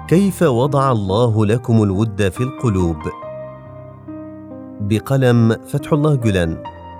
كيف وضع الله لكم الود في القلوب؟ بقلم فتح الله جولان.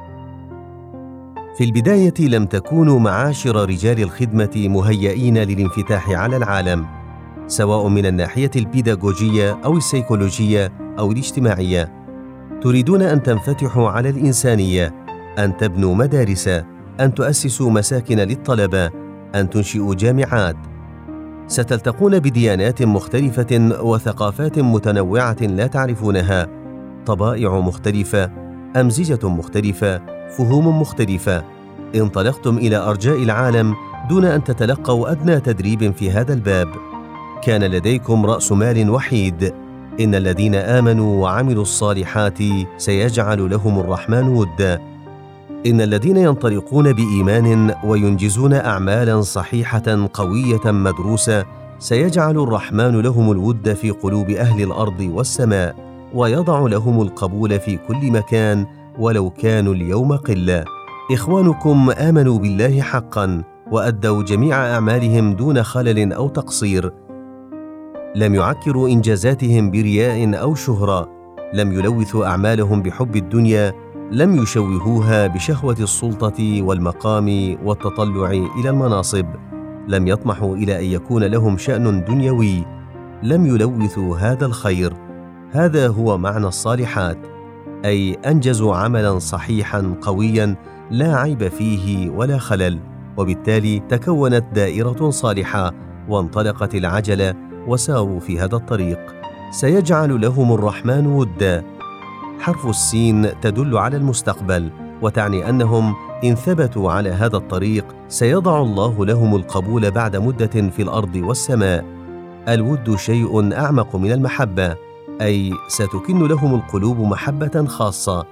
في البداية لم تكونوا معاشر رجال الخدمة مهيئين للانفتاح على العالم، سواء من الناحية البيداغوجية أو السيكولوجية أو الاجتماعية. تريدون أن تنفتحوا على الإنسانية، أن تبنوا مدارس، أن تؤسسوا مساكن للطلبة، أن تنشئوا جامعات. ستلتقون بديانات مختلفة وثقافات متنوعة لا تعرفونها، طبائع مختلفة، أمزجة مختلفة، فهوم مختلفة. انطلقتم إلى أرجاء العالم دون أن تتلقوا أدنى تدريب في هذا الباب. كان لديكم رأس مال وحيد. إن الذين آمنوا وعملوا الصالحات سيجعل لهم الرحمن ودا. إن الذين ينطلقون بإيمان وينجزون أعمالا صحيحة قوية مدروسة سيجعل الرحمن لهم الود في قلوب أهل الأرض والسماء، ويضع لهم القبول في كل مكان ولو كانوا اليوم قلة. إخوانكم آمنوا بالله حقا وأدوا جميع أعمالهم دون خلل أو تقصير. لم يعكروا إنجازاتهم برياء أو شهرة، لم يلوثوا أعمالهم بحب الدنيا، لم يشوهوها بشهوة السلطة والمقام والتطلع إلى المناصب، لم يطمحوا إلى أن يكون لهم شأن دنيوي، لم يلوثوا هذا الخير. هذا هو معنى الصالحات، أي أنجزوا عملا صحيحا قويا لا عيب فيه ولا خلل، وبالتالي تكونت دائرة صالحة وانطلقت العجلة وساروا في هذا الطريق. سيجعل لهم الرحمن ودا. حرف السين تدل على المستقبل، وتعني أنهم إن ثبتوا على هذا الطريق سيضع الله لهم القبول بعد مدة في الأرض والسماء. الود شيء أعمق من المحبة، أي ستكن لهم القلوب محبة خاصة.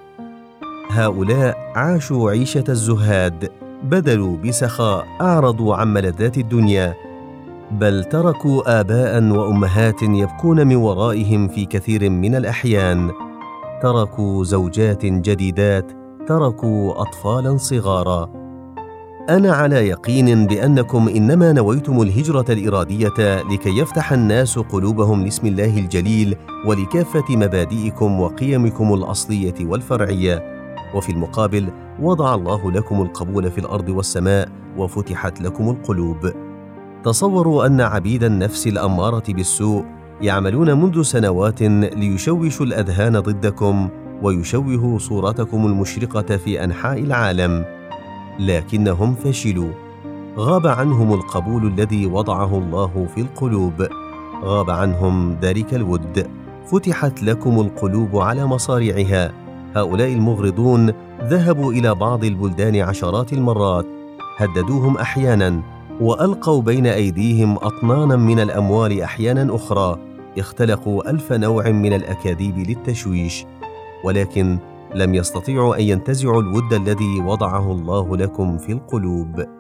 هؤلاء عاشوا عيشة الزهاد، بذلوا بسخاء، أعرضوا عن ملذات الدنيا، بل تركوا آباء وأمهات يبكون من ورائهم في كثير من الأحيان، تركوا زوجات جديدات، تركوا أطفالا صغارا. أنا على يقين بأنكم إنما نويتم الهجرة الإرادية لكي يفتح الناس قلوبهم لاسم الله الجليل ولكافة مبادئكم وقيمكم الأصلية والفرعية، وفي المقابل وضع الله لكم القبول في الأرض والسماء وفتحت لكم القلوب. تصوروا أن عبيد النفس الأمارة بالسوء يعملون منذ سنوات ليشوشوا الأذهان ضدكم ويشوهوا صورتكم المشرقة في أنحاء العالم، لكنهم فشلوا. غاب عنهم القبول الذي وضعه الله في القلوب، غاب عنهم ذلك الود. فتحت لكم القلوب على مصاريعها. هؤلاء المغرضون ذهبوا إلى بعض البلدان عشرات المرات، هددوهم أحيانا، وألقوا بين أيديهم أطنانا من الأموال أحيانا أخرى، اختلقوا 1000 نوع من الأكاذيب للتشويش، ولكن لم يستطيعوا أن ينتزعوا الود الذي وضعه الله لكم في القلوب.